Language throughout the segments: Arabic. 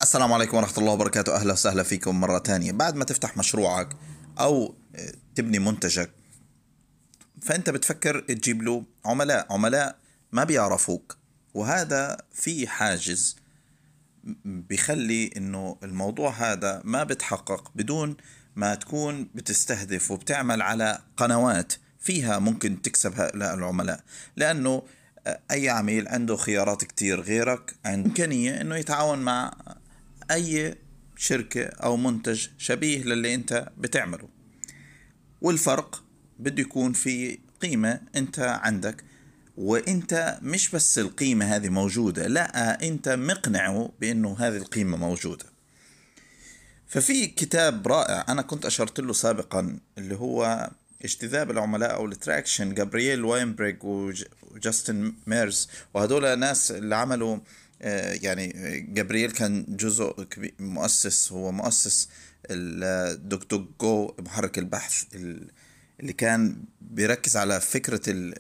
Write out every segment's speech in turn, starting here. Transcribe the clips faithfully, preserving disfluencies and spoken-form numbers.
السلام عليكم ورحمة الله وبركاته. أهلا وسهلا فيكم مرة تانية. بعد ما تفتح مشروعك أو تبني منتجك، فأنت بتفكر تجيب له عملاء عملاء ما بيعرفوك، وهذا في حاجز بيخلي إنه الموضوع هذا ما بتحقق بدون ما تكون بتستهدف وبتعمل على قنوات فيها ممكن تكسب هؤلاء العملاء. لأنه أي عميل عنده خيارات كتير غيرك، عنده إمكانية إنه يتعاون مع أي شركة أو منتج شبيه للي أنت بتعمله، والفرق بده يكون في قيمة أنت عندك، وأنت مش بس القيمة هذه موجودة، لا أنت مقنعه بأنه هذه القيمة موجودة. ففي كتاب رائع أنا كنت أشرت له سابقا اللي هو اجتذاب العملاء أو الاتراكشن، جابرييل واينبرغ وجاستن ميرز، وهدول ناس اللي عملوا يعني جابرييل كان جزء كبير مؤسس، هو مؤسس الدكتور جو محرك البحث اللي كان بيركز على فكرة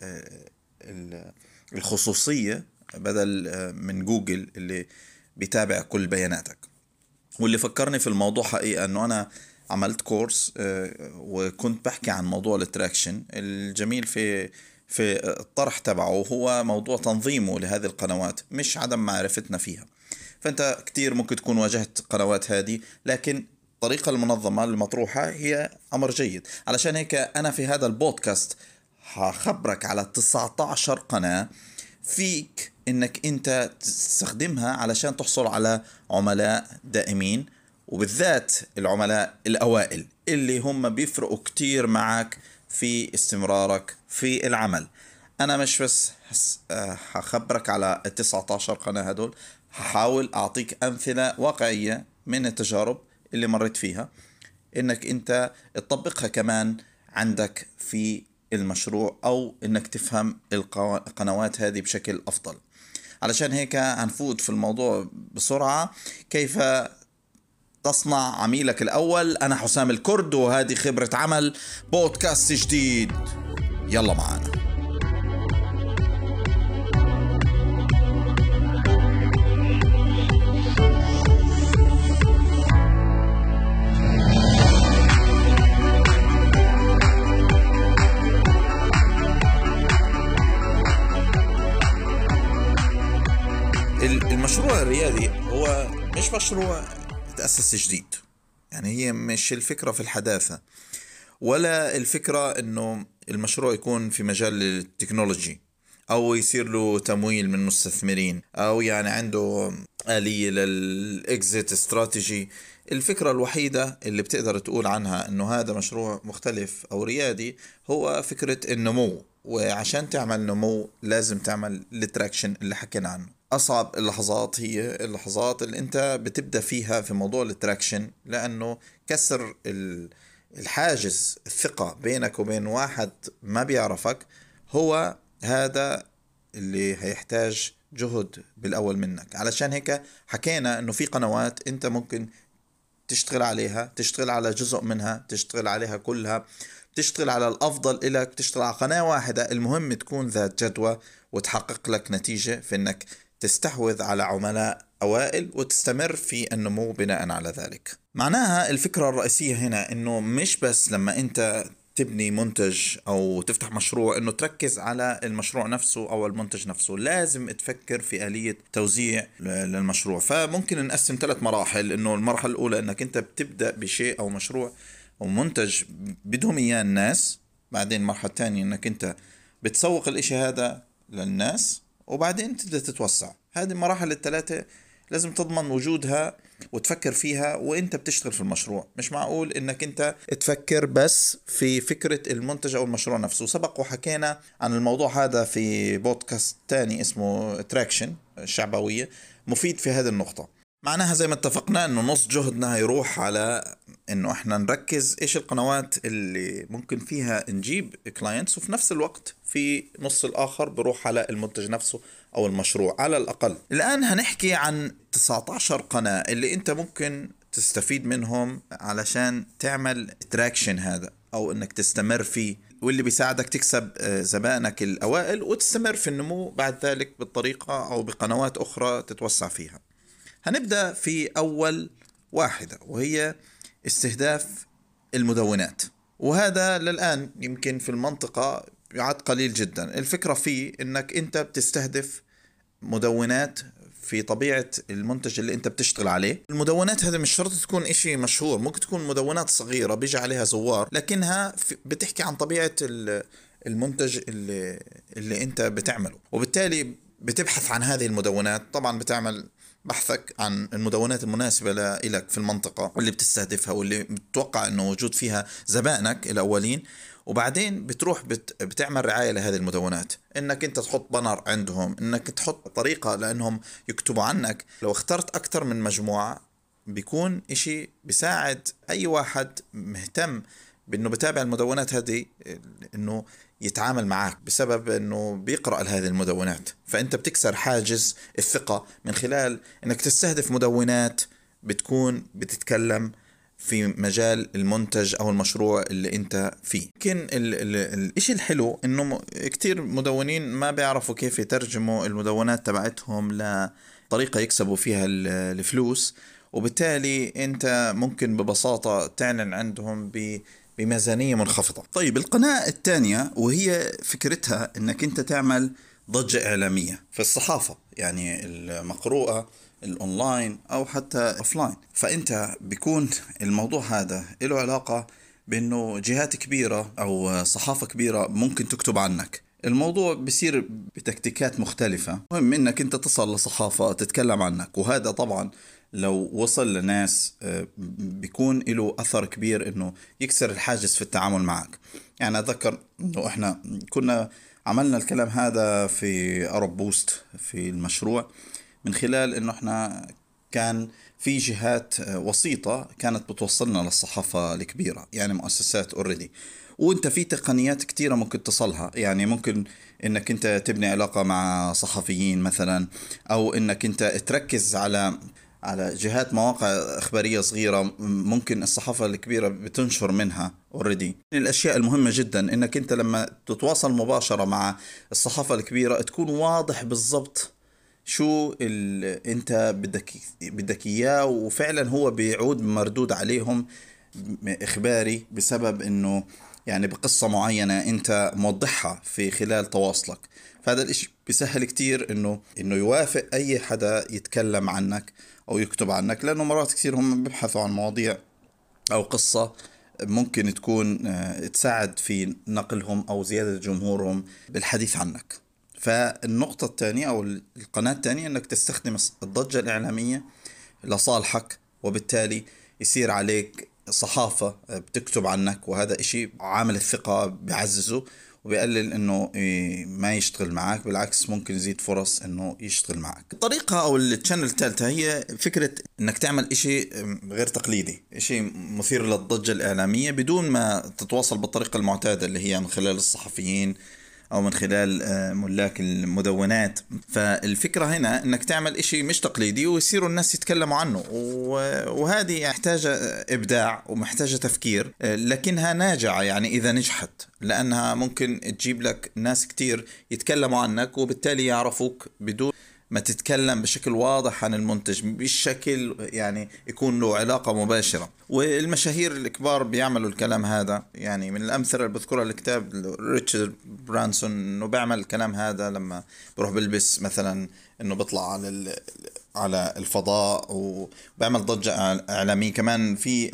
الخصوصية بدل من جوجل اللي بيتابع كل بياناتك. واللي فكرني في الموضوع حقيقة أنه أنا عملت كورس وكنت بحكي عن موضوع الاتراكشن. الجميل في في الطرح تبعه هو موضوع تنظيمه لهذه القنوات، مش عدم معرفتنا فيها. فأنت كتير ممكن تكون واجهت قنوات هذه، لكن الطريقة المنظمة المطروحة هي أمر جيد. علشان هيك أنا في هذا البودكاست هخبرك على تسعة عشر قناة فيك إنك أنت تستخدمها علشان تحصل على عملاء دائمين، وبالذات العملاء الأوائل اللي هم بيفرقوا كتير معك في استمرارك في العمل. أنا مش بس هخبرك على التسعة عشر قناة هدول، هحاول أعطيك أمثلة واقعية من التجارب اللي مريت فيها، إنك أنت تطبقها كمان عندك في المشروع، أو إنك تفهم القنوات هذه بشكل أفضل. علشان هيك هنفوت في الموضوع بسرعة. كيف تصنع عميلك الأول؟ أنا حسام الكرد، وهذه خبرة عمل بودكاست جديد. يلا معانا. المشروع الريادي هو مش مشروع تأسس جديد، يعني هي مش الفكرة في الحداثة، ولا الفكرة انه المشروع يكون في مجال التكنولوجي او يصير له تمويل من مستثمرين، او يعني عنده آلية للإكزيت استراتيجي. الفكرة الوحيدة اللي بتقدر تقول عنها انه هذا مشروع مختلف او ريادي هو فكرة النمو. وعشان تعمل نمو لازم تعمل الاتراكشن اللي حكينا عنه. أصعب اللحظات هي اللحظات اللي أنت بتبدأ فيها في موضوع الاتراكشن، لأنه كسر الحاجز الثقة بينك وبين واحد ما بيعرفك هو هذا اللي هيحتاج جهد بالأول منك. علشان هيك حكينا أنه في قنوات أنت ممكن تشتغل عليها، تشتغل على جزء منها، تشتغل عليها كلها، تشتغل على الأفضل إلك، تشتغل على قناة واحدة. المهم تكون ذات جدوى وتحقق لك نتيجة في أنك تستحوذ على عملاء أوائل وتستمر في النمو بناء على ذلك. معناها الفكرة الرئيسية هنا أنه مش بس لما أنت تبني منتج أو تفتح مشروع أنه تركز على المشروع نفسه أو المنتج نفسه، لازم تفكر في آلية توزيع للمشروع. فممكن نقسم ثلاث مراحل. أنه المرحلة الأولى أنك أنت بتبدأ بشيء أو مشروع أو منتج بدهم إياه الناس، بعدين المرحلة الثانية أنك أنت بتسوق الإشي هذا للناس، وبعدين تبدأ تتوسع. هذه المراحل الثلاثة لازم تضمن وجودها وتفكر فيها وانت بتشتغل في المشروع. مش معقول انك انت تفكر بس في فكرة المنتج او المشروع نفسه. سبق وحكينا عن الموضوع هذا في بودكاست تاني اسمه تراكشن الشعبوية، مفيد في هذه النقطة. معناها زي ما اتفقنا انه نص جهدنا هيروح على انه احنا نركز ايش القنوات اللي ممكن فيها نجيب كلاينتس، وفي نفس الوقت في نص الاخر بروح على المنتج نفسه او المشروع على الاقل. الان هنحكي عن تسعة عشر قناة اللي انت ممكن تستفيد منهم علشان تعمل تراكشن هذا او انك تستمر فيه، واللي بيساعدك تكسب زبائنك الاوائل وتستمر في النمو بعد ذلك بالطريقة او بقنوات اخرى تتوسع فيها. هنبدأ في أول واحدة، وهي استهداف المدونات. وهذا للآن يمكن في المنطقة يعد قليل جدا. الفكرة فيه إنك أنت بتستهدف مدونات في طبيعة المنتج اللي انت بتشتغل عليه. المدونات هذا مش شرط تكون اشي مشهور، ممكن تكون مدونات صغيرة بيجي عليها زوار، لكنها بتحكي عن طبيعة المنتج اللي, اللي انت بتعمله، وبالتالي بتبحث عن هذه المدونات. طبعا بتعمل بحثك عن المدونات المناسبة لك في المنطقة اللي بتستهدفها واللي بتتوقع انه وجود فيها زبائنك الاولين، وبعدين بتروح بت بتعمل رعاية لهذه المدونات، انك انت تحط بانر عندهم، انك تحط طريقة لانهم يكتبوا عنك. لو اخترت اكثر من مجموعة بيكون اشي بيساعد اي واحد مهتم بانه بتابع المدونات هذه انه يتعامل معك، بسبب انه بيقرأ هذه المدونات. فانت بتكسر حاجز الثقة من خلال انك تستهدف مدونات بتكون بتتكلم في مجال المنتج او المشروع اللي انت فيه. لكن الاشي الحلو انه كتير مدونين ما بيعرفوا كيف يترجموا المدونات تبعتهم لطريقة يكسبوا فيها الفلوس، وبالتالي انت ممكن ببساطة تعلن عندهم ب بميزانية منخفضة. طيب القناة الثانية وهي فكرتها انك انت تعمل ضجة اعلامية في الصحافة، يعني المقروءة الاونلاين او حتى اوفلاين. فانت بيكون الموضوع هذا له علاقة بانه جهات كبيرة او صحافة كبيرة ممكن تكتب عنك. الموضوع بيصير بتكتيكات مختلفة، مهم انك انت تصل لصحافة تتكلم عنك، وهذا طبعا لو وصل لناس بيكون له أثر كبير إنه يكسر الحاجز في التعامل معك. يعني أذكر إنه إحنا كنا عملنا الكلام هذا في أرب بوست في المشروع، من خلال إنه إحنا كان في جهات وسيطة كانت بتوصلنا للصحافة الكبيرة، يعني مؤسسات اوريدي، وانت في تقنيات كتيرة ممكن تصلها. يعني ممكن انك انت تبني علاقة مع صحفيين مثلا، او انك انت تركز على على جهات مواقع إخبارية صغيرة ممكن الصحافة الكبيرة بتنشر منها اوريدي. الأشياء المهمة جدا إنك أنت لما تتواصل مباشرة مع الصحافة الكبيرة تكون واضح بالضبط شو ال... أنت بدك بدك إياه، وفعلا هو بيعود مردود عليهم إخباري، بسبب إنه يعني بقصة معينة أنت موضحها في خلال تواصلك. فهذا الإشي بيسهل كتير إنه إنه يوافق أي حدا يتكلم عنك أو يكتب عنك، لأنه مرات كتير هم بيبحثوا عن مواضيع أو قصة ممكن تكون تساعد في نقلهم أو زيادة جمهورهم بالحديث عنك. فالنقطة الثانية أو القناة الثانية أنك تستخدم الضجة الإعلامية لصالحك، وبالتالي يصير عليك صحافة بتكتب عنك، وهذا إشي عامل الثقة بيعززه وبيقلل انه ما يشتغل معك، بالعكس ممكن يزيد فرص انه يشتغل معك. الطريقة او التشانل الثالثة هي فكرة انك تعمل اشي غير تقليدي، اشي مثير للضجة الاعلامية بدون ما تتواصل بالطريقة المعتادة اللي هي من خلال الصحفيين او من خلال ملاك المدونات. فالفكرة هنا انك تعمل اشي مش تقليدي ويصيروا الناس يتكلموا عنه، وهذه محتاجة ابداع ومحتاجة تفكير، لكنها ناجعة يعني اذا نجحت، لانها ممكن تجيب لك ناس كتير يتكلموا عنك، وبالتالي يعرفوك بدون ما تتكلم بشكل واضح عن المنتج، بالشكل يعني يكون له علاقة مباشرة. والمشاهير الكبار بيعملوا الكلام هذا، يعني من الأمثلة اللي بذكرها الكتاب ريتشارد برانسون، إنه بيعمل الكلام هذا لما بروح بلبس مثلا إنه بيطلع على على الفضاء، وبيعمل ضجة إعلامية. كمان في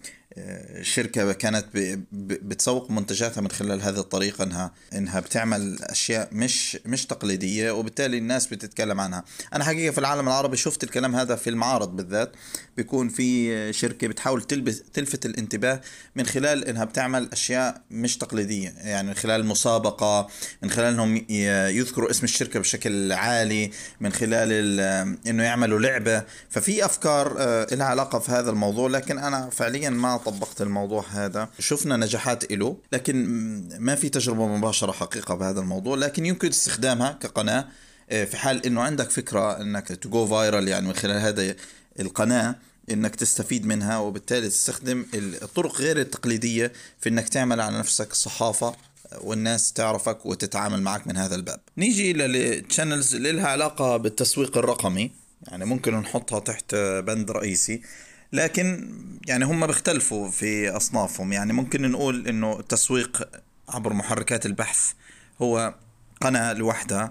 شركة كانت بتسوق منتجاتها من خلال هذه الطريقة، انها انها بتعمل اشياء مش مش تقليدية، وبالتالي الناس بتتكلم عنها. انا حقيقة في العالم العربي شفت الكلام هذا في المعارض بالذات، بيكون في شركة بتحاول تلبس تلفت الانتباه من خلال انها بتعمل اشياء مش تقليدية، يعني من خلال مسابقة، من خلال انهم يذكروا اسم الشركة بشكل عالي، من خلال انه يعملوا لعبة. ففي افكار لها علاقة في هذا الموضوع، لكن انا فعليا ما طبقت الموضوع هذا. شفنا نجاحات له، لكن ما في تجربة مباشرة حقيقة بهذا الموضوع، لكن يمكن استخدامها كقناة في حال انه عندك فكرة انك تجو فايرال، يعني من خلال هذا القناة انك تستفيد منها، وبالتالي تستخدم الطرق غير التقليدية في انك تعمل على نفسك صحافة والناس تعرفك وتتعامل معك من هذا الباب. نيجي للشانلز اللي لها علاقة بالتسويق الرقمي، يعني ممكن نحطها تحت بند رئيسي، لكن يعني هم بيختلفوا في أصنافهم. يعني ممكن نقول إنه التسويق عبر محركات البحث هو قناة لوحدها،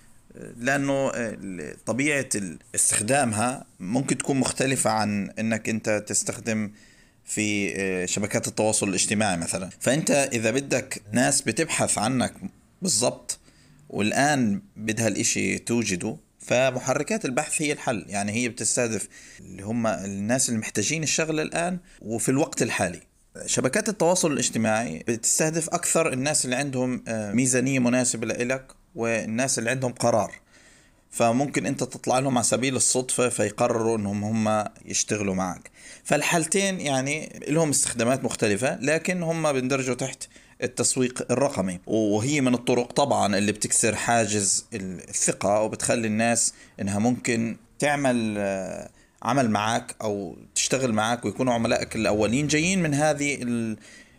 لأنه طبيعة استخدامها ممكن تكون مختلفة عن إنك أنت تستخدم في شبكات التواصل الاجتماعي مثلا. فأنت إذا بدك ناس بتبحث عنك بالضبط والآن بدها الإشي توجده، فمحركات البحث هي الحل. يعني هي بتستهدف اللي هم الناس اللي محتاجين الشغلة الآن وفي الوقت الحالي. شبكات التواصل الاجتماعي بتستهدف أكثر الناس اللي عندهم آه، ميزانية مناسبة لإلك، والناس اللي عندهم قرار. فممكن انت تطلع لهم على سبيل الصدفة فيقرروا انهم هم يشتغلوا معك. فالحالتين يعني لهم استخدامات مختلفة، لكن هم بندرجوا تحت التسويق الرقمي، وهي من الطرق طبعا اللي بتكسر حاجز الثقة وبتخلي الناس انها ممكن تعمل آه، عمل معك او تشتغل معك، ويكونوا عملائك الاولين جايين من هذه ال-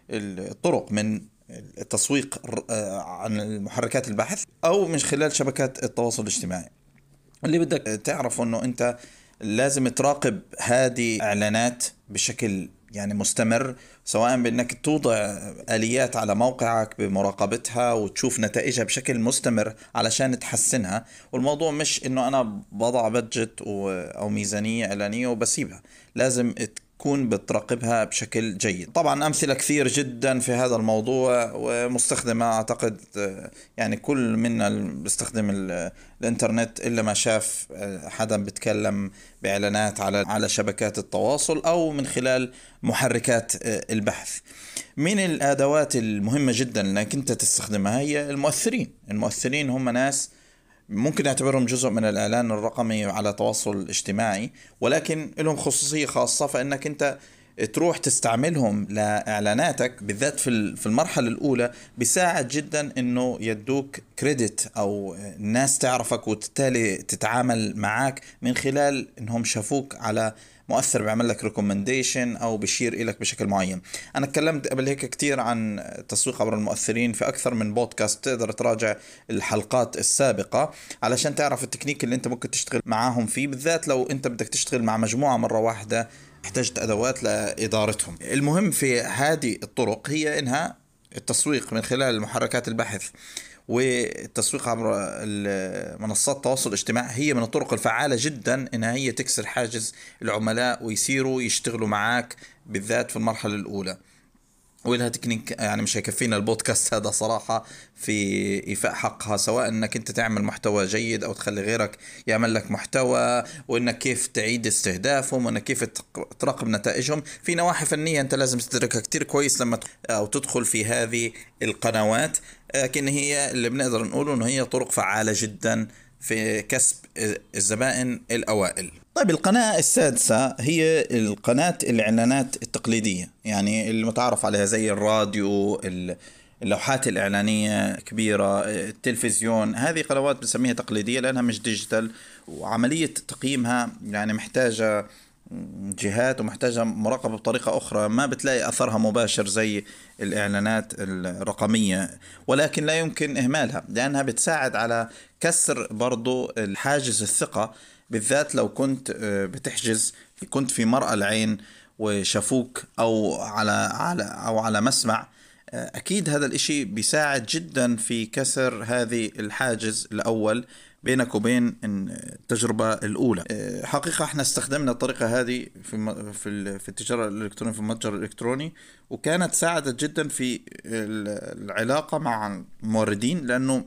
الطرق، من التسويق آه، عن محركات البحث او من خلال شبكات التواصل الاجتماعي. اللي بدك تعرفه انه انت لازم تراقب هذه اعلانات بشكل يعني مستمر، سواء بانك توضع اليات على موقعك بمراقبتها وتشوف نتائجها بشكل مستمر علشان تحسنها. والموضوع مش انه انا بضع بادجت و- او ميزانية اعلانية وبسيبها، لازم تكون بتراقبها بشكل جيد. طبعا أمثلة كثير جدا في هذا الموضوع ومستخدمة أعتقد، آه، يعني كل منا بيستخدم ال- الإنترنت إلا ما شاف آه، حدا بيتكلم بإعلانات على على شبكات التواصل أو من خلال محركات آه، البحث. من الأدوات المهمة جدا أنك أنت تستخدمها هي المؤثرين. المؤثرين هم ناس ممكن نعتبرهم جزء من الإعلان الرقمي على التواصل الاجتماعي، ولكن لهم خصوصية خاصة، فإنك أنت تروح تستعملهم لإعلاناتك بالذات في ال- في المرحلة الأولى بيساعد جدا إنه يدوك كريدت أو الناس تعرفك وبالتالي تتعامل معك من خلال إنهم شافوك على مؤثر بيعمل لك ريكومنديشن او بيشير إلك بشكل معين. انا اتكلمت قبل هيك كتير عن التسويق عبر المؤثرين في اكثر من بودكاست، تقدر تراجع الحلقات السابقة علشان تعرف التكنيك اللي انت ممكن تشتغل معاهم فيه، بالذات لو انت بدك تشتغل مع مجموعة مرة واحدة احتجت ادوات لادارتهم. المهم في هذه الطرق هي انها التسويق من خلال محركات البحث والتسويق عبر ال- منصات التواصل الاجتماعي هي من الطرق الفعالة جدا انها هي تكسر حاجز العملاء ويصيروا يشتغلوا معك بالذات في المرحلة الاولى. ولها تكنيك يعني مش هيكفينا البودكاست هذا صراحة في إيفاء حقها، سواء أنك أنت تعمل محتوى جيد أو تخلي غيرك يعمل لك محتوى، وأنك كيف تعيد استهدافهم، وأنك كيف تق- تراقب نتائجهم. في نواحي فنية أنت لازم تدركها كتير كويس لما ت- أو تدخل في هذه القنوات، لكن هي اللي بنقدر نقوله أنه هي طرق فعالة جدا في كسب الزبائن الأوائل. طيب القناة السادسة هي القناة الإعلانات التقليدية، يعني المتعارف عليها زي الراديو، ال- اللوحات الإعلانية كبيرة، التلفزيون. هذه قنوات بنسميها تقليدية لأنها مش ديجيتال، وعملية تقييمها يعني محتاجة جهات ومحتاجة مراقبة بطريقة أخرى، ما بتلاقي أثرها مباشر زي الإعلانات الرقمية. ولكن لا يمكن إهمالها لأنها بتساعد على كسر برضو الحاجز الثقة، بالذات لو كنت آه، بتحجز كنت في مرأى العين وشافوك أو على على أو على مسمع. آه، أكيد هذا الإشي بيساعد جدا في كسر هذه الحاجز الأول بينك وبين إن- التجربة الأولى. آه، حقيقة احنا استخدمنا الطريقة هذه في الم- في ال- في التجارة الإلكترونية في المتجر الإلكتروني، وكانت ساعدت جدا في ال- العلاقة مع الموردين، لأنه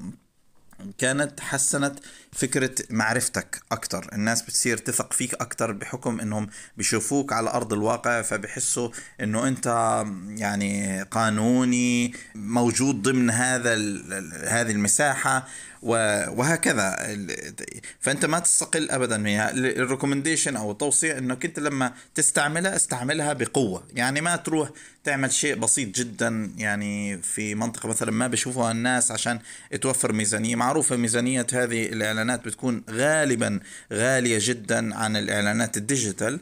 كانت حسنت فكرة معرفتك أكتر. الناس بتصير تثق فيك أكتر بحكم إنهم بيشوفوك على أرض الواقع، فبحسوا إنه أنت يعني قانوني موجود ضمن هذا ال- ال- هذه المساحة و- وهكذا. ال- فأنت ما تستقل أبدا فيها. الريكومنديشن أو التوصية إنك أنت لما تستعملها استعملها بقوة، يعني ما تروح تعمل شيء بسيط جدا يعني في منطقة مثلا ما بيشوفوها الناس عشان توفر ميزانية. معروفة ميزانية هذه الإعلانات بتكون غالبا غالية جدا عن الإعلانات الديجيتال،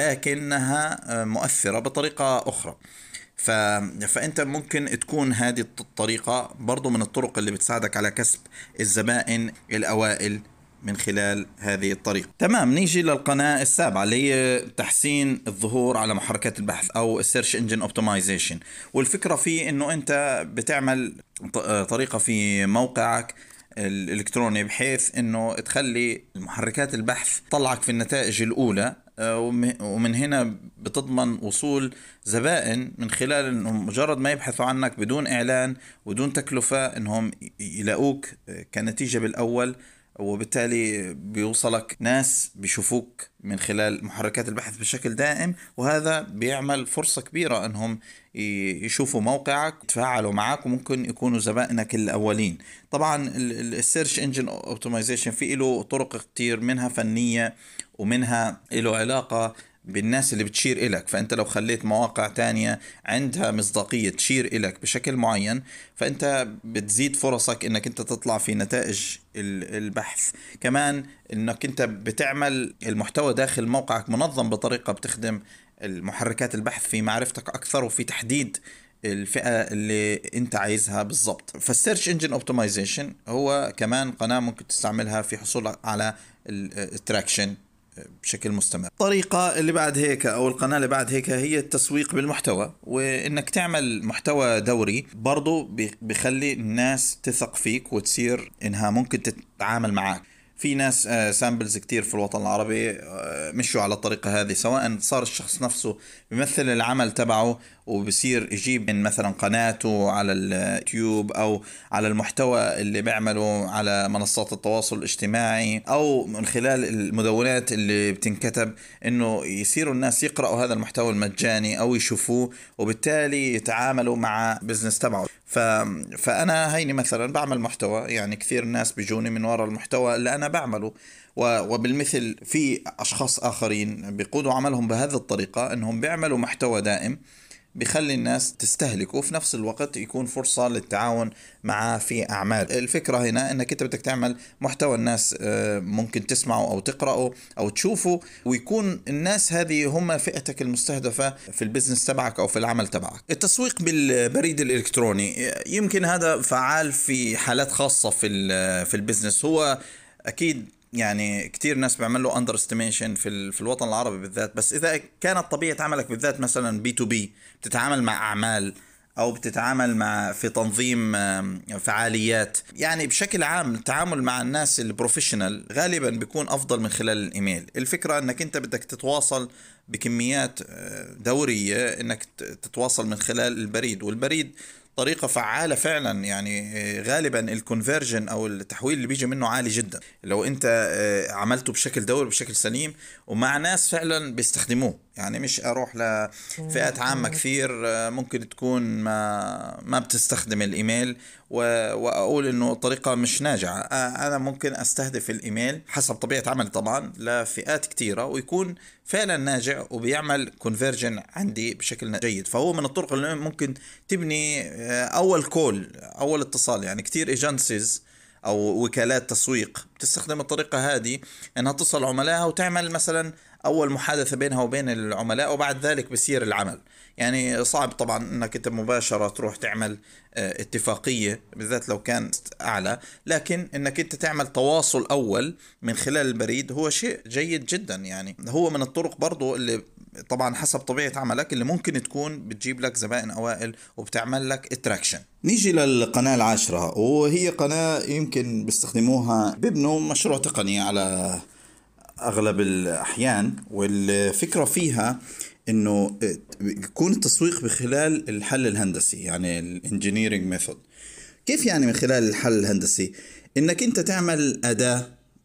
لكنها آه، مؤثرة بطريقة أخرى. ف... فأنت ممكن تكون هذه الطريقة برضو من الطرق اللي بتساعدك على كسب الزبائن الأوائل من خلال هذه الطريقة. تمام، نيجي للقناة السابعة اللي هي تحسين الظهور على محركات البحث أو Search Engine Optimization. والفكرة فيه إنه أنت بتعمل طريقة في موقعك الإلكتروني بحيث إنه تخلي محركات البحث تطلعك في النتائج الأولى، ومن هنا بتضمن وصول زبائن من خلال انهم مجرد ما يبحثوا عنك بدون اعلان ودون تكلفة انهم يلاقوك كنتيجة بالاول، وبالتالي بيوصلك ناس بيشوفوك من خلال محركات البحث بشكل دائم، وهذا بيعمل فرصة كبيرة انهم يشوفوا موقعك يتفاعلوا معك وممكن يكونوا زبائنك الأولين. طبعا السيرش انجن اوبتمايزيشن في له طرق كتير، منها فنية ومنها له علاقة بالناس اللي بتشير إلك. فأنت لو خليت مواقع تانية عندها مصداقية تشير إلك بشكل معين، فأنت بتزيد فرصك إنك أنت تطلع في نتائج البحث. كمان إنك أنت بتعمل المحتوى داخل موقعك منظم بطريقة بتخدم المحركات البحث في معرفتك أكثر وفي تحديد الفئة اللي انت عايزها بالضبط. فالسيرش انجن اوبتمايزيشن هو كمان قناة ممكن تستعملها في حصول على التراكشن بشكل مستمر. الطريقة اللي بعد هيك او القناة اللي بعد هيك هي التسويق بالمحتوى، وانك تعمل محتوى دوري برضو بيخلي الناس تثق فيك وتصير انها ممكن تتعامل معك. في ناس سامبلز كتير في الوطن العربي مشوا على الطريقة هذه، سواء صار الشخص نفسه بيمثل العمل تبعه وبصير يجيب من مثلا قناته على اليوتيوب أو على المحتوى اللي بيعمله على منصات التواصل الاجتماعي، أو من خلال المدونات اللي بتنكتب إنه يصيروا الناس يقرأوا هذا المحتوى المجاني أو يشوفوه وبالتالي يتعاملوا مع بزنس تبعه. ف... فأنا هيني مثلا بعمل محتوى، يعني كثير ناس بيجوني من وراء المحتوى اللي أنا بعمله، وبالمثل في أشخاص آخرين بيقودوا عملهم بهذه الطريقة، أنهم بيعملوا محتوى دائم بيخلي الناس تستهلكه وفي نفس الوقت يكون فرصة للتعاون معه في أعمال. الفكرة هنا أنك أنت بدك تعمل محتوى الناس ممكن تسمعه أو تقرأه أو تشوفه، ويكون الناس هذه هم فئتك المستهدفة في البزنس تبعك أو في العمل تبعك. التسويق بالبريد الإلكتروني يمكن هذا فعال في حالات خاصة في في البزنس. هو أكيد يعني كتير ناس بيعملوا اندر استيميشن في في الوطن العربي بالذات، بس اذا كانت طبيعه عملك بالذات مثلا بي تو بي، بتتعامل مع اعمال او بتتعامل مع في تنظيم فعاليات، يعني بشكل عام التعامل مع الناس البروفيشنال غالبا بيكون افضل من خلال الايميل. الفكره انك انت بدك تتواصل بكميات دوريه، انك تتواصل من خلال البريد، والبريد طريقة فعالة فعلا. يعني غالبا الكونفرجن او التحويل اللي بيجي منه عالي جدا لو انت عملته بشكل دوري بشكل سليم ومع ناس فعلا بيستخدموه. يعني مش اروح لفئات عامة كثير ممكن تكون ما ما بتستخدم الايميل واقول انه طريقة مش ناجعة. انا ممكن استهدف الايميل حسب طبيعة عملي طبعا لفئات كثيرة ويكون فعلا ناجع وبيعمل كونفرجن عندي بشكل جيد. فهو من الطرق اللي ممكن تبني اول كول اول اتصال. يعني كتير ايجنسيز او وكالات تسويق بتستخدم الطريقة هذه انها تصل عملائها وتعمل مثلا اول محادثة بينها وبين العملاء، وبعد ذلك بيصير العمل. يعني صعب طبعا انك انت مباشرة تروح تعمل اتفاقية بالذات لو كان اعلى، لكن انك انت تعمل تواصل اول من خلال البريد هو شيء جيد جدا. يعني هو من الطرق برضو اللي طبعا حسب طبيعة عملك اللي ممكن تكون بتجيب لك زبائن اوائل وبتعمل لك اتراكشن. نيجي للقناة العاشرة، وهي قناة يمكن بيستخدموها بيبنوا مشروع تقني على اغلب الاحيان، والفكرة فيها انه يكون التسويق بخلال الحل الهندسي، يعني الانجينيرينج ميثود. كيف يعني من خلال الحل الهندسي؟ انك انت تعمل اداة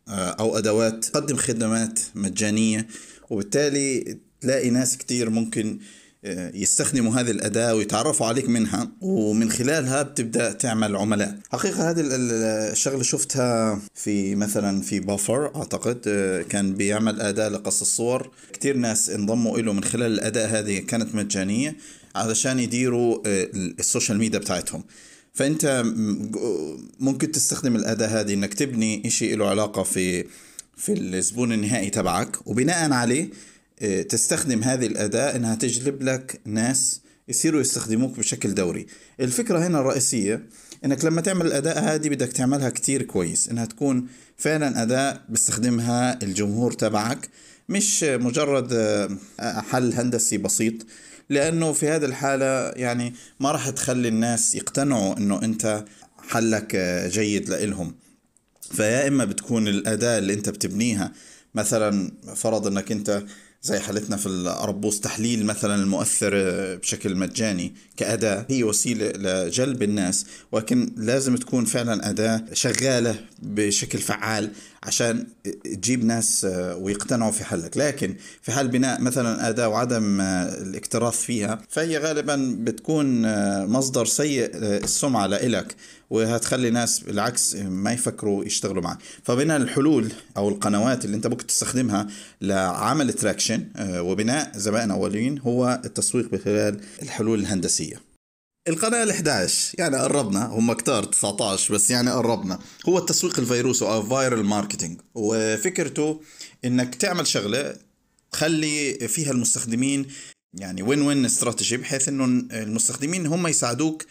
او ادوات تقدم خدمات مجانية، وبالتالي تلاقي ناس كتير ممكن يستخدموا هذه الأداة ويتعرفوا عليك منها، ومن خلالها بتبدأ تعمل عملاء. حقيقة هذه الشغلة شفتها في مثلا في بافر أعتقد كان بيعمل أداة لقص الصور، كتير ناس انضموا له من خلال الأداة هذه كانت مجانية علشان يديروا السوشيال ميديا بتاعتهم. فأنت ممكن تستخدم الأداة هذه إنك تبني إشي له علاقة في في الزبون النهائي تبعك، وبناء عليه تستخدم هذه الأداة إنها تجلب لك ناس يصيروا يستخدموك بشكل دوري. الفكرة هنا الرئيسية انك لما تعمل الاداء هذه بدك تعملها كتير كويس، انها تكون فعلا اداء بيستخدمها الجمهور تبعك، مش مجرد آه، حل هندسي بسيط. لانه في هذه الحالة يعني ما راح تخلي الناس يقتنعوا انه انت حلك آه، جيد لإلهم. فيا اما بتكون الاداة اللي انت بتبنيها، مثلا فرض انك انت زي حالتنا في الأربوس تحليل مثلا المؤثر بشكل مجاني كأداة، هي وسيلة لجلب الناس، ولكن لازم تكون فعلا أداة شغالة بشكل فعال عشان تجيب ناس ويقتنعوا في حلك. لكن في حال بناء مثلا أداة وعدم الاكتراث فيها، فهي غالبا بتكون مصدر سيء السمعة لإلك، وهتخلي ناس بالعكس ما يفكروا يشتغلوا معك. فبناء الحلول او القنوات اللي انت ممكن تستخدمها لعمل تراكشن وبناء زبائن اولين هو التسويق بخلال الحلول الهندسية. القناة الأحد عشر يعني قربنا، هم كتار تسعة عشر بس يعني قربنا، هو التسويق الفيروسي أو فايرال ماركتينج. وفكرته إنك تعمل شغلة تخلي فيها المستخدمين يعني وين وين استراتيجي، بحيث إنه المستخدمين هم يساعدوك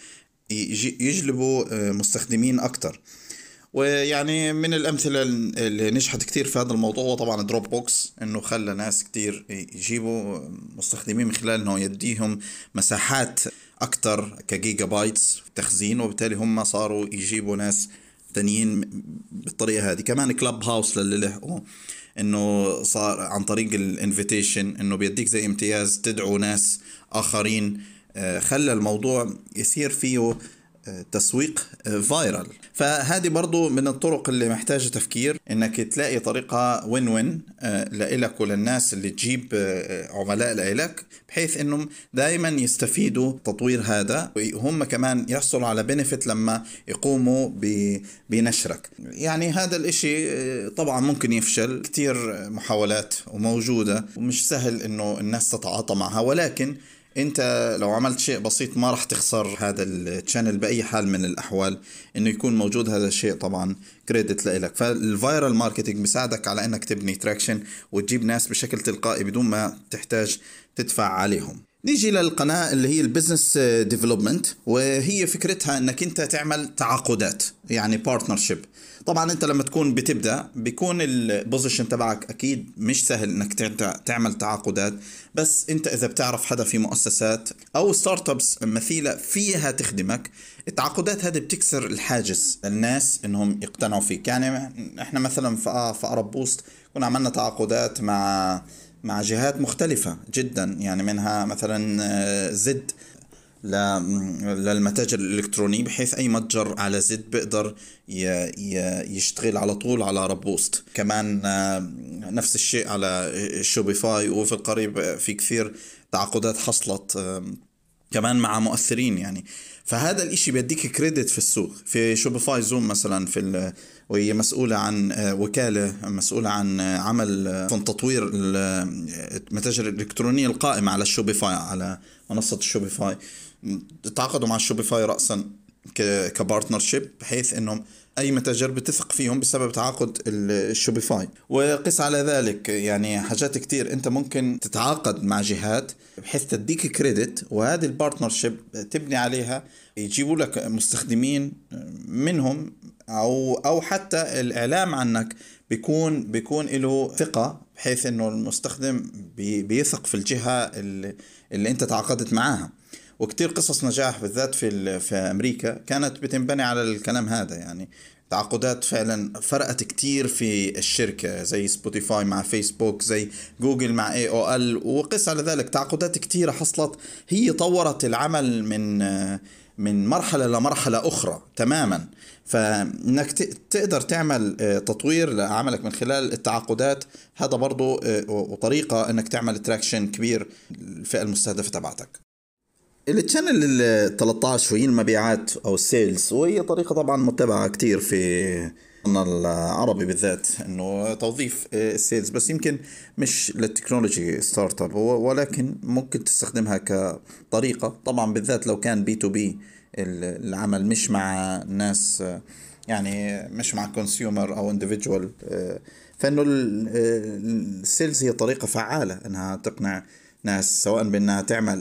يجلبوا مستخدمين أكتر. ويعني من الأمثلة اللي نجحت كتير في هذا الموضوع هو طبعا دروب بوكس، إنه خلى ناس كتير يجيبوا مستخدمين من خلال إنه يديهم مساحات أكتر كجيجا بايتس تخزين، وبالتالي هم صاروا يجيبوا ناس تانيين بالطريقة هذه. كمان كلاب هاوس للي لحقوا إنه صار عن طريق الانفيتيشن، إنه بيديك زي امتياز تدعو ناس آخرين، خلى الموضوع يصير فيه تسويق فايرال. فهذه برضو من الطرق اللي محتاجة تفكير، انك تلاقي طريقة وين وين لإلك وللناس اللي تجيب عملاء لإلك، بحيث انهم دائما يستفيدوا تطوير هذا، وهم كمان يحصلوا على بنفيت لما يقوموا بنشرك. يعني هذا الاشي طبعا ممكن يفشل، كتير محاولات وموجودة ومش سهل انه الناس تتعاطى معها، ولكن انت لو عملت شيء بسيط ما راح تخسر هذا الشانل بأي حال من الأحوال. انه يكون موجود هذا الشيء طبعا كريدت لإلك. فالفايرال ماركتينج بيساعدك على انك تبني تراكشن وتجيب ناس بشكل تلقائي بدون ما تحتاج تدفع عليهم. نيجي للقناة اللي هي البيزنس ديفلوبمنت، وهي فكرتها انك انت تعمل تعاقدات يعني بارتنرشيب. طبعا انت لما تكون بتبدأ بيكون البوزيشن تبعك اكيد مش سهل انك تعمل تعاقدات، بس انت اذا بتعرف حدا في مؤسسات او ستارت ابس مثيلة فيها تخدمك، التعاقدات هذه بتكسر الحاجز للناس انهم يقتنعوا فيك. يعني احنا مثلا في في أربوست كنا عملنا تعاقدات مع مع جهات مختلفة جدا، يعني منها مثلا زد للمتاجر الإلكترونية، بحيث أي متجر على زد بيقدر يشتغل على طول على أربوست. كمان نفس الشيء على شوبيفاي، وفي القريب في كثير تعاقدات حصلت كمان مع مؤثرين يعني. فهذا الاشي بيديك كريدت في السوق. في شوبيفاي زوم مثلا في وهي مسؤولة عن وكالة مسؤولة عن عمل تطوير المتاجر الإلكترونية القائمة على الشوبيفاي، على منصة الشوبيفاي. تعاقدوا مع الشوبيفاي رأسا كبارتنرشيب، بحيث انهم اي متاجر بتثق فيهم بسبب تعاقد الشوبيفاي. وقس على ذلك يعني حاجات كتير انت ممكن تتعاقد مع جهات بحيث تديك كريدت، وهذه البارتنرشيب تبني عليها يجيبوا لك مستخدمين منهم، او او حتى الاعلام عنك بيكون بيكون له ثقة، بحيث انه المستخدم بي بيثق في الجهة اللي, اللي انت تعاقدت معاها. وكتير قصص نجاح بالذات في في أمريكا كانت بتنبني على الكلام هذا. يعني تعاقدات فعلا فرقت كتير في الشركة، زي سبوتيفاي مع فيسبوك، زي جوجل مع اي او ال. وقس على ذلك تعاقدات كتيرة حصلت، هي طورت العمل من من مرحلة لمرحلة أخرى تماما. فإنك تقدر تعمل تطوير لعملك من خلال التعاقدات، هذا برضو وطريقة إنك تعمل تراكشن كبير الفئة المستهدفة تبعتك. التشانل ال ثلاثة عشر هي المبيعات او السيلز، وهي طريقة طبعا متبعة كتير في العربي بالذات، انه توظيف السيلز، بس يمكن مش للتكنولوجي ستارت اب، ولكن ممكن تستخدمها كطريقة. طبعا بالذات لو كان بي تو بي العمل، مش مع ناس يعني مش مع كونسيومر او انديفيدوال، فانه السيلز هي طريقة فعالة انها تقنع ناس، سواء بانها تعمل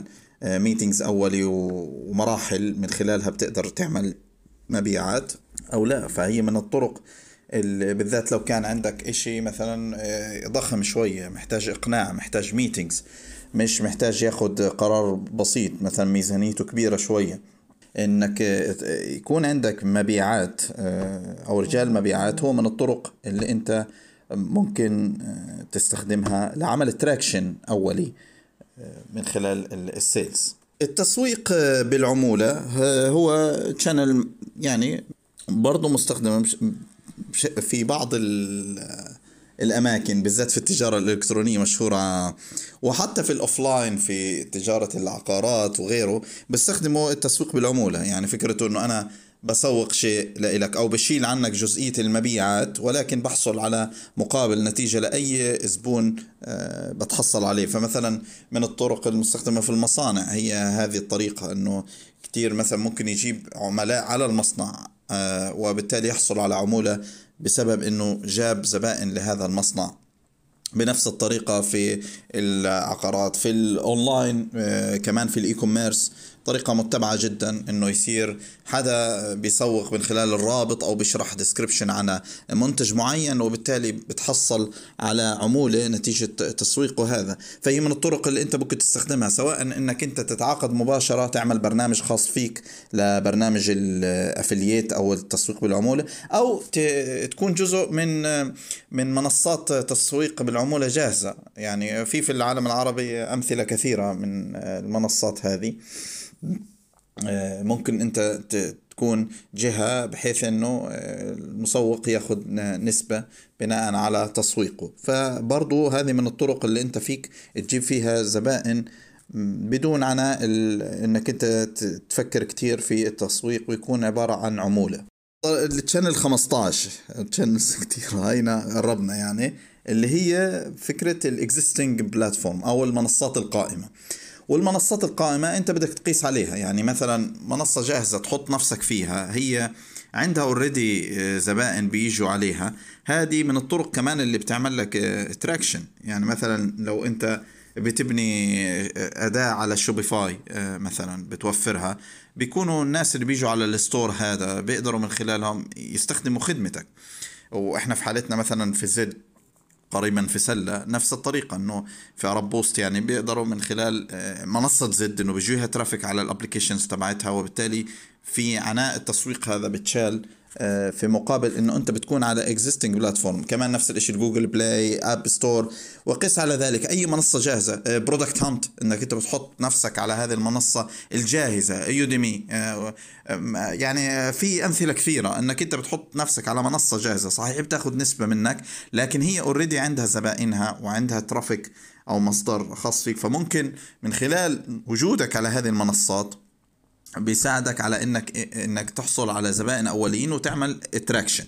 ميتينجز أولي ومراحل من خلالها بتقدر تعمل مبيعات أو لا. فهي من الطرق بالذات لو كان عندك اشي مثلا ضخم شوية، محتاج اقناع، محتاج ميتينجز، مش محتاج ياخد قرار بسيط، مثلا ميزانيته كبيرة شوية، انك يكون عندك مبيعات او رجال مبيعات. هو من الطرق اللي انت ممكن تستخدمها لعمل تراكشن اولي من خلال السيلز. التسويق بالعمولة هو channel يعني برضو مستخدم في بعض الأماكن، بالذات في التجارة الإلكترونية مشهورة، وحتى في الأوفلاين في تجارة العقارات وغيره بستخدموا التسويق بالعمولة. يعني فكرته أنه أنا بسوق شيء لإلك أو بشيل عنك جزئية المبيعات، ولكن بحصل على مقابل نتيجة لأي زبون بتحصل عليه. فمثلا من الطرق المستخدمة في المصانع هي هذه الطريقة، أنه كتير مثلا ممكن يجيب عملاء على المصنع وبالتالي يحصل على عمولة بسبب أنه جاب زبائن لهذا المصنع. بنفس الطريقة في العقارات، في الأونلاين كمان في الإي كوميرس طريقة متبعة جدا، انه يصير حدا بيسوق من خلال الرابط او بيشرح ديسكريبشن عن منتج معين، وبالتالي بتحصل على عمولة نتيجة تسويقه هذا. فهي من الطرق اللي انت ممكن تستخدمها، سواء انك انت تتعاقد مباشرة، تعمل برنامج خاص فيك لبرنامج الافلييت او التسويق بالعمولة، او تكون جزء من من منصات تسويق بالعمولة جاهزة. يعني في في العالم العربي امثلة كثيرة من المنصات هذه. ممكن انت تكون جهة بحيث انه المسوق ياخذ نسبة بناء على تسويقه. فبرضو هذه من الطرق اللي انت فيك تجيب فيها زبائن بدون عناء انك انت تفكر كتير في التسويق، ويكون عبارة عن عمولة. التشانل خمستاشر تشانلز كتير هاينا قربنا، يعني اللي هي فكرة الاكزيستنج بلاتفورم او المنصات القائمة. والمنصات القائمة انت بدك تقيس عليها، يعني مثلا منصة جاهزة تحط نفسك فيها، هي عندها اوريدي زبائن بيجوا عليها. هذه من الطرق كمان اللي بتعمل لك تراكشن. يعني مثلا لو انت بتبني أداة على شوبيفاي مثلا بتوفرها، بيكونوا الناس اللي بيجوا على الستور هذا بيقدروا من خلالهم يستخدموا خدمتك. واحنا في حالتنا مثلا في زد قريبا في سلة نفس الطريقة، انه في عرب بوست يعني بيقدروا من خلال منصة زد انه بيجيها ترافيك على الابليكيشنز تبعتها، وبالتالي في عناء التسويق هذا بتشال في مقابل انه انت بتكون على existing بلاتفورم. كمان نفس الاشي الجوجل بلاي، اب ستور، وقس على ذلك اي منصة جاهزة. برودكت هانت انك انت بتحط نفسك على هذه المنصة الجاهزة، يوديمي، يعني في امثلة كثيرة انك انت بتحط نفسك على منصة جاهزة. صحيح بتاخد نسبة منك، لكن هي اوريدي عندها زبائنها وعندها ترافيك او مصدر خاص فيك. فممكن من خلال وجودك على هذه المنصات بيساعدك على انك انك تحصل على زبائن اوليين وتعمل اتراكشن.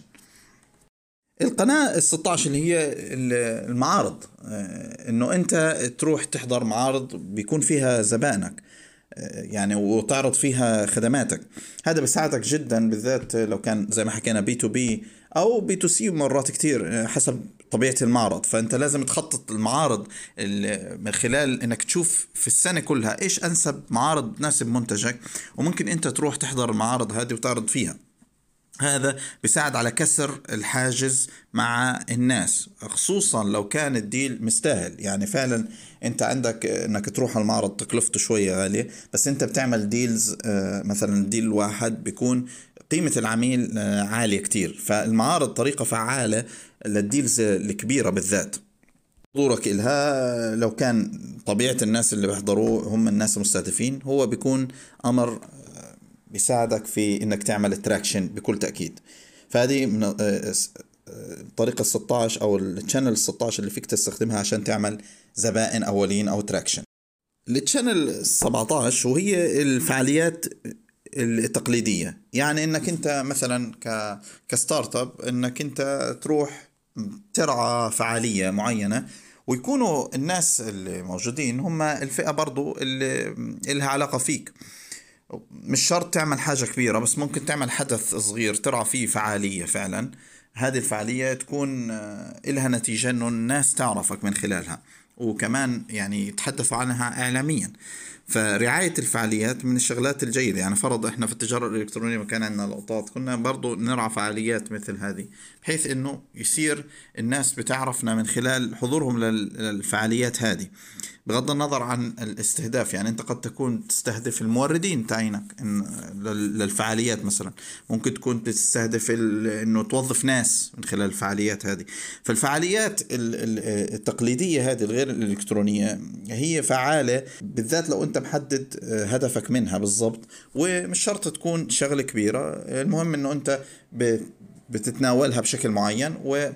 القناة الستة عشر اللي هي المعارض، انه انت تروح تحضر معارض بيكون فيها زبائنك يعني وتعرض فيها خدماتك. هذا بيساعدك جدا، بالذات لو كان زي ما حكينا بي تو بي او بي تو سي مرات كتير حسب طبيعة المعرض. فانت لازم تخطط المعارض من خلال انك تشوف في السنة كلها ايش انسب معارض تناسب منتجك، وممكن انت تروح تحضر المعارض هذه وتعرض فيها. هذا بيساعد على كسر الحاجز مع الناس، خصوصا لو كان الديل مستاهل. يعني فعلا انت عندك انك تروح المعرض تكلفته شوية غالية، بس انت بتعمل ديلز، مثلا ديل واحد بيكون قيمة العميل عالية كتير. فالمعارض طريقة فعالة للديلز الكبيرة بالذات. حضورك إلها لو كان طبيعة الناس اللي بيحضروه هم الناس المستهدفين، هو بيكون أمر بيساعدك في انك تعمل تراكشن بكل تأكيد. فهذه من الطريقة ستة عشر او الشانل ستة عشر اللي فيك تستخدمها عشان تعمل زبائن اولين او تراكشن. الشانل سبعة عشر وهي الفعاليات التقليدية، يعني انك انت مثلا ك كستارت اب انك انت تروح ترعى فعالية معينة، ويكونوا الناس اللي موجودين هم الفئة برضو اللي لها علاقة فيك. مش شرط تعمل حاجة كبيرة، بس ممكن تعمل حدث صغير ترعى فيه فعالية فعلا. هذه الفعالية تكون إلها نتيجة إنه الناس تعرفك من خلالها، وكمان يعني يتحدثوا عنها إعلاميا. فرعاية الفعاليات من الشغلات الجيدة. يعني فرض إحنا في التجارة الإلكترونية ما كان عندنا لقطات، كنا برضو نرعى فعاليات مثل هذه، بحيث إنه يصير الناس بتعرفنا من خلال حضورهم لل- للفعاليات هذه، بغض النظر عن الاستهداف. يعني أنت قد تكون تستهدف الموردين تاعينك إن- لل- للفعاليات مثلا، ممكن تكون تستهدف ال- إنه توظف ناس من خلال الفعاليات هذه. فالفعاليات ال- ال- التقليدية هذه الغير الإلكترونية هي فعالة، بالذات لو أنت محدد آه، هدفك منها بالضبط. ومش شرط تكون شغلة كبيرة، المهم إنه أنت ب- بتتناولها بشكل معين و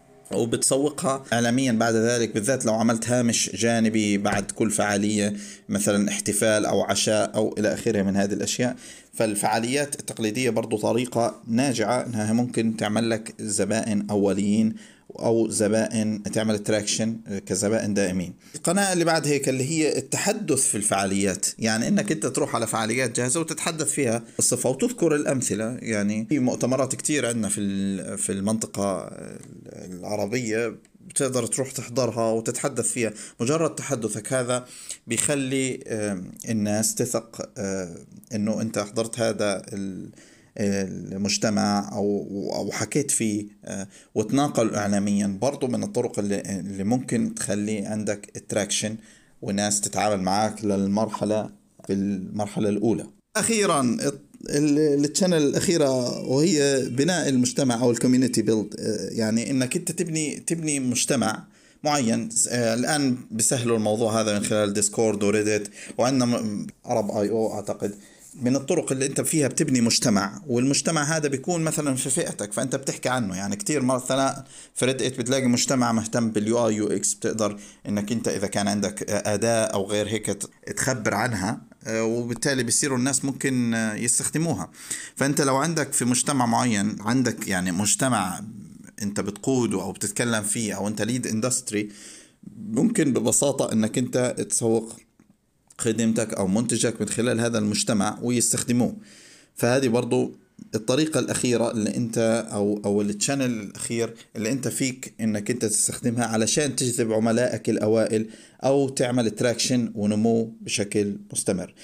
وبتسوقها إعلاميا بعد ذلك، بالذات لو عملت هامش جانبي بعد كل فعالية، مثلا احتفال أو عشاء أو إلى آخره من هذه الأشياء. فالفعاليات التقليدية برضو طريقة ناجعة إنها ممكن تعمل لك زبائن أوليين أو زبائن تعمل تراكشن كزبائن دائمين. القناة اللي بعد هيك اللي هي التحدث في الفعاليات، يعني إنك أنت تروح على فعاليات جاهزة وتتحدث فيها الصفة وتذكر الأمثلة. يعني في مؤتمرات كتير عندنا في ال- في المنطقة العربية، بتقدر تروح تحضرها وتتحدث فيها. مجرد تحدثك هذا بيخلي آم، الناس تثق آه، انه انت حضرت هذا ال- المجتمع او او حكيت فيه، آه، وتناقل اعلاميا. برضو من الطرق اللي اللي ممكن تخلي عندك اتراكشن وناس تتعامل معك للمرحلة في المرحلة الأولى. أخيرا التشانل الأخيرة وهي بناء المجتمع أو الكوميونيتي بيلد. يعني إنك أنت تبني تبني مجتمع معين. آه، الآن بيسهلوا الموضوع هذا من خلال ديسكورد وريدت، وعندنا م- عرب اي او أعتقد. من الطرق اللي انت فيها بتبني مجتمع، والمجتمع هذا بيكون مثلا في فئتك فانت بتحكي عنه. يعني كتير مثلا في ريدت بتلاقي مجتمع مهتم باليو اي يو اكس، بتقدر انك انت اذا كان عندك اداة او غير هيك ت- تخبر عنها، آه، وبالتالي بيصيروا الناس ممكن آه، يستخدموها. فانت لو عندك في مجتمع معين، عندك يعني مجتمع انت بتقوده او بتتكلم فيه، او انت ليد اندستري، ممكن ببساطة انك انت تسوق خدمتك أو منتجك من خلال هذا المجتمع ويستخدموه. فهذه برضو الطريقة الأخيرة اللي أنت أو أو التشانل الأخير اللي أنت فيك إنك أنت تستخدمها علشان تجذب عملائك الأوائل أو تعمل تراكشن ونمو بشكل مستمر.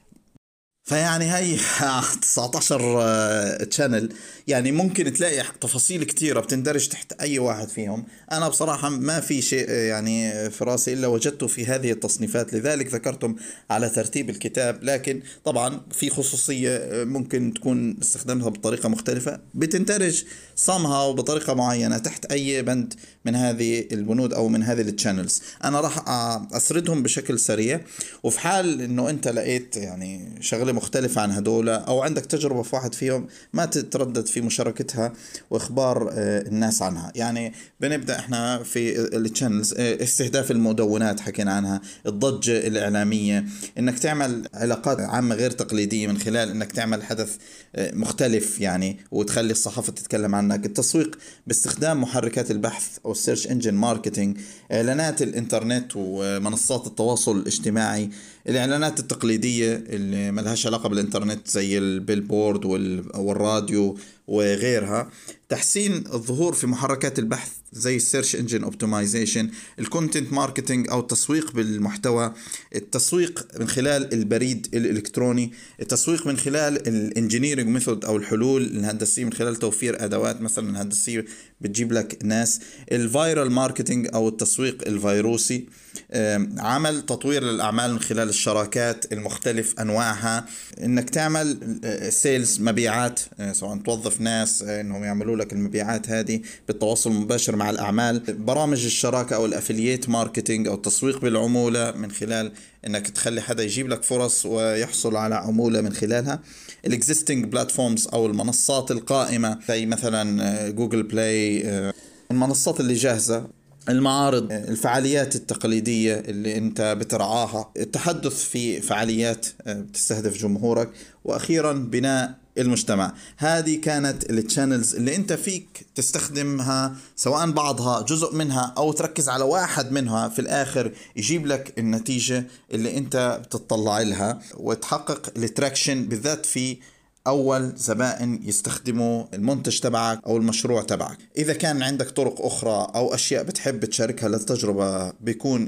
فيعني هاي تسعة عشر تشانل، يعني ممكن تلاقي تفاصيل كتيرة بتندرج تحت أي واحد فيهم. أنا بصراحة ما في شيء آه، يعني في راسي إلا وجدته في هذه التصنيفات، لذلك ذكرتم على ترتيب الكتاب. لكن طبعا في خصوصية آه، ممكن تكون استخدامها بطريقة مختلفة بتندرج صمها وبطريقة معينة تحت أي بند من هذه البنود أو من هذه التشانلز. أنا راح أ- أسردهم بشكل سريع، وفي حال إنه أنت لقيت يعني شغلة مختلفة عن هدول أو عندك تجربة في واحد فيهم، ما تتردد في مشاركتها وإخبار آه، الناس عنها. يعني بنبدأ إحنا في التشانلز، استهداف المدونات حكينا عنها، الضجة الإعلامية، إنك تعمل علاقات عامة غير تقليدية من خلال إنك تعمل حدث آه، مختلف يعني وتخلي الصحافة تتكلم عنك، التسويق باستخدام محركات البحث أو السيرش انجن ماركتينج، إعلانات الإنترنت ومنصات التواصل الاجتماعي، الإعلانات التقليدية اللي ملهاش علاقة بالإنترنت زي البيلبورد وال- والراديو وغيرها، تحسين الظهور في محركات البحث زي السيرش انجن اوبتمايزيشن، الكونتنت ماركتينج او التسويق بالمحتوى، التسويق من خلال البريد الالكتروني، التسويق من خلال الانجينيرنج ميثود او الحلول الهندسيه من خلال توفير ادوات مثلا هندسيه بتجيب لك ناس، الفايرال ماركتينج او التسويق الفيروسي، آم، عمل تطوير للاعمال من خلال الشراكات المختلف انواعها، انك تعمل سيلز مبيعات، آه، سواء توظف ناس آه، انهم يعملوا لك المبيعات هذه بالتواصل المباشر مع الاعمال، برامج الشراكه او الافلييت ماركتينج او التسويق بالعموله من خلال انك تخلي حدا يجيب لك فرص ويحصل على عموله من خلالها، الاكزيستنج بلاتفورمز او المنصات القائمه زي مثلا آه، جوجل بلاي، آه، المنصات اللي جاهزه، المعارض، الفعاليات التقليدية اللي انت بترعاها، التحدث في فعاليات آه، بتستهدف جمهورك، واخيرا بناء المجتمع. هذه كانت التشانلز اللي انت فيك تستخدمها، سواء بعضها جزء منها او تركز على واحد منها في الاخر يجيب لك النتيجة اللي انت بتطلع لها وتحقق الاتراكشن، بالذات في أول زبائن يستخدموا المنتج تبعك أو المشروع تبعك. إذا كان عندك طرق أخرى أو أشياء بتحب تشاركها للتجربة بيكون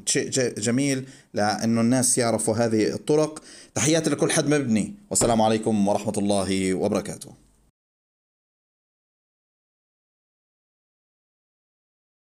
شيء جميل لأنه الناس يعرفوا هذه الطرق. تحياتي لكل حد مبني، والسلام عليكم ورحمة الله وبركاته.